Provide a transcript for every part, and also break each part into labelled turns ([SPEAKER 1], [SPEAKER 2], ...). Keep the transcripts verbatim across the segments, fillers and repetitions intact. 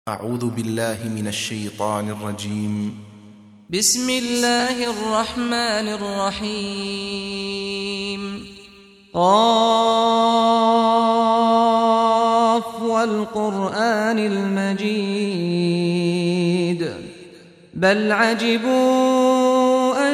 [SPEAKER 1] أعوذ بالله من الشيطان الرجيم.
[SPEAKER 2] بسم الله الرحمن الرحيم. قاف والقرآن المجيد بل عجبوا أن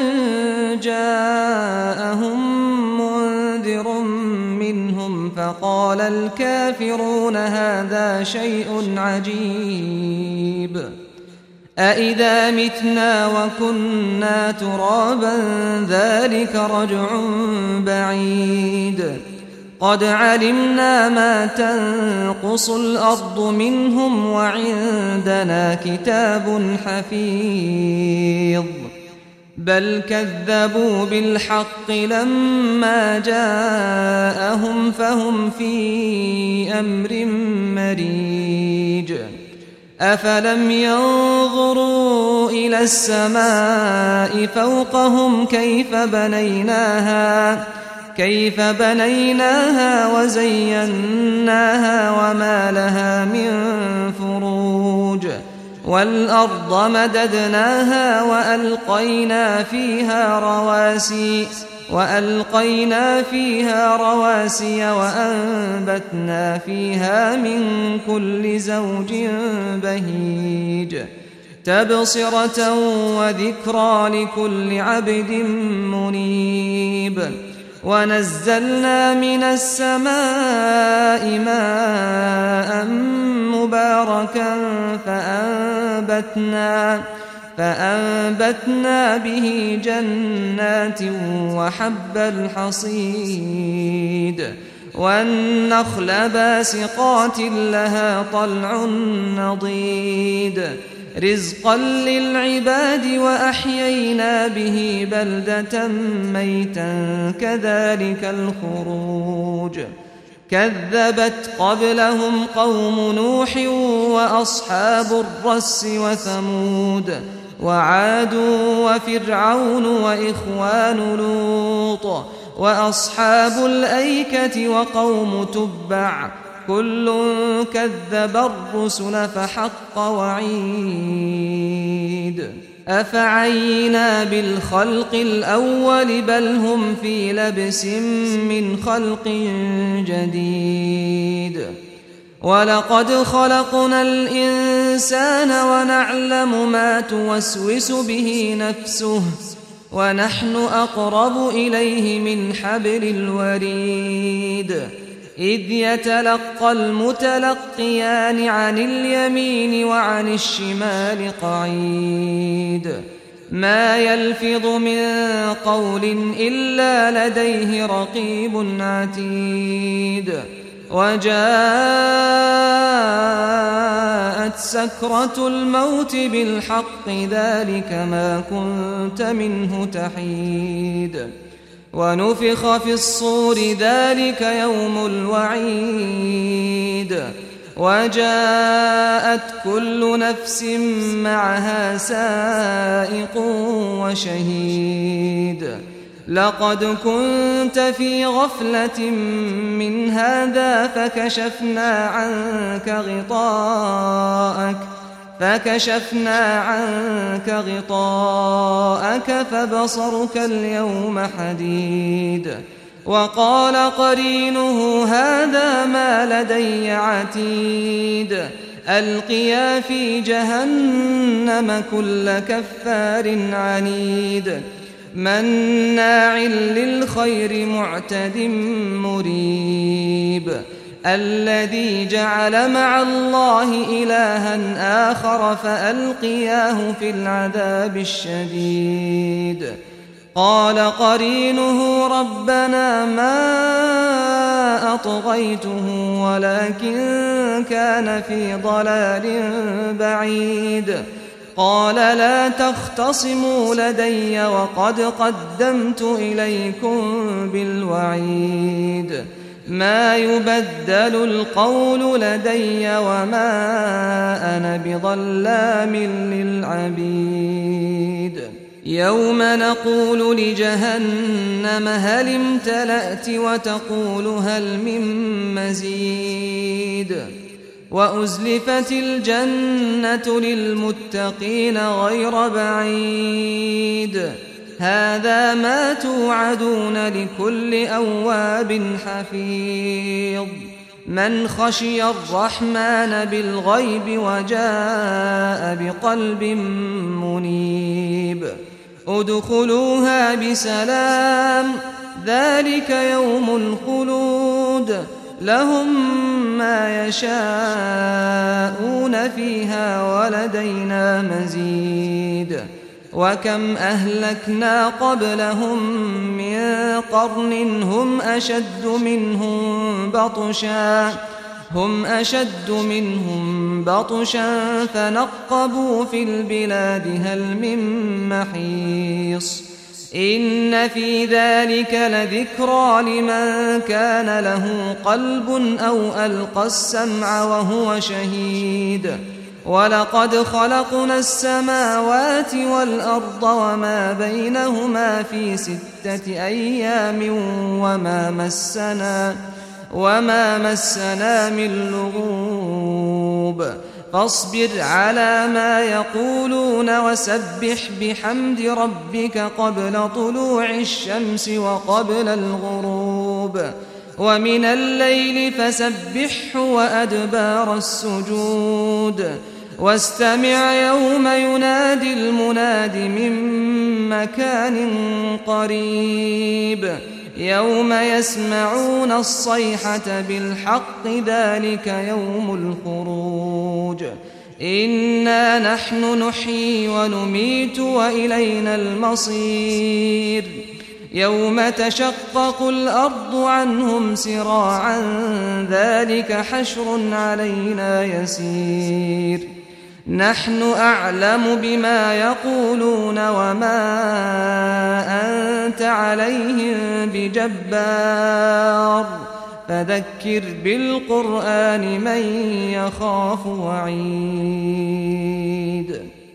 [SPEAKER 2] جاءهم منذر منهم فقال الكافرون هذا شيء عجيب أإذا متنا وكنا ترابا ذلك رجع بعيد قد علمنا ما تنقص الأرض منهم وعندنا كتاب حفيظ بل كذبوا بالحق لما جاءهم فهم في أمر مريج أفلم ينظروا إلى السماء فوقهم كيف بنيناها كيف بنيناها وزيناها وما لها من فروج والأرض مددناها وألقينا فيها رواسي وألقينا فيها رواسي وأنبتنا فيها من كل زوج بهيج تبصرة وذكرى لكل عبد منيب ونزلنا من السماء ماء مباركا فأنبتنا فأنبتنا به جنات وحب الحصيد والنخل باسقات لها طلع نضيد رزقا للعباد وأحيينا به بلدة ميتا كذلك الخروج كذبت قبلهم قوم نوح وأصحاب الرس وثمود وعاد وفرعون وإخوان لوط وأصحاب الأيكة وقوم تبع كل كذب الرسل فحق وعيد أفعينا بالخلق الأول بل هم في لبس من خلق جديد ولقد خلقنا الإنسان ونعلم ما توسوس به نفسه ونحن أقرب إليه من حبل الوريد إذ يتلقى المتلقيان عن اليمين وعن الشمال قعيد ما يلفظ من قول إلا لديه رقيب عتيد وجاءت سكرة الموت بالحق ذلك ما كنت منه تحيد ونفخ في الصور ذلك يوم الوعيد وجاءت كل نفس معها سائق وشهيد لقد كنت في غفلة من هذا فكشفنا عنك غطاءك فكشفنا عنك غطاءك فبصرك اليوم حديد وقال قرينه هذا ما لدي عتيد ألقيا في جهنم كل كفار عنيد مناع للخير معتد مريب الذي جعل مع الله إلها آخر فألقياه في العذاب الشديد قال قرينه ربنا ما أطغيته ولكن كان في ضلال بعيد قال لا تختصموا لدي وقد قدمت إليكم بالوعيد ما يبدل القول لدي وما أنا بظلام للعبيد يوم نقول لجهنم هل امتلأت وتقول هل من مزيد وأزلفت الجنة للمتقين غير بعيد هذا ما توعدون لكل أواب حفيظ من خشي الرحمن بالغيب وجاء بقلب منيب ادخلوها بسلام ذلك يوم الخلود لهم ما يشاءون فيها ولدينا مزيد وكم أهلكنا قبلهم من قرن هم أشد منهم بطشا هم أشد منهم بطشا فنقبوا في البلاد هل من محيص إن في ذلك لذكرى لمن كان له قلب أو ألقى السمع وهو شهيد ولقد خلقنا السماوات والأرض وما بينهما في ستة أيام وما مسنا وما مسنا من لغوب فاصبر على ما يقولون وسبح بحمد ربك قبل طلوع الشمس وقبل الغروب ومن الليل فسبحه وأدبار السجود واستمع يوم ينادي المناد من مكان قريب يوم يسمعون الصيحة بالحق ذلك يوم الخروج إنا نحن نحيي ونميت وإلينا المصير يوم تشقق الأرض عنهم سراعا ذلك حشر علينا يسير نحن أعلم بما يقولون وما أنت عليهم بجبار فذكر بالقرآن من يخاف وعيد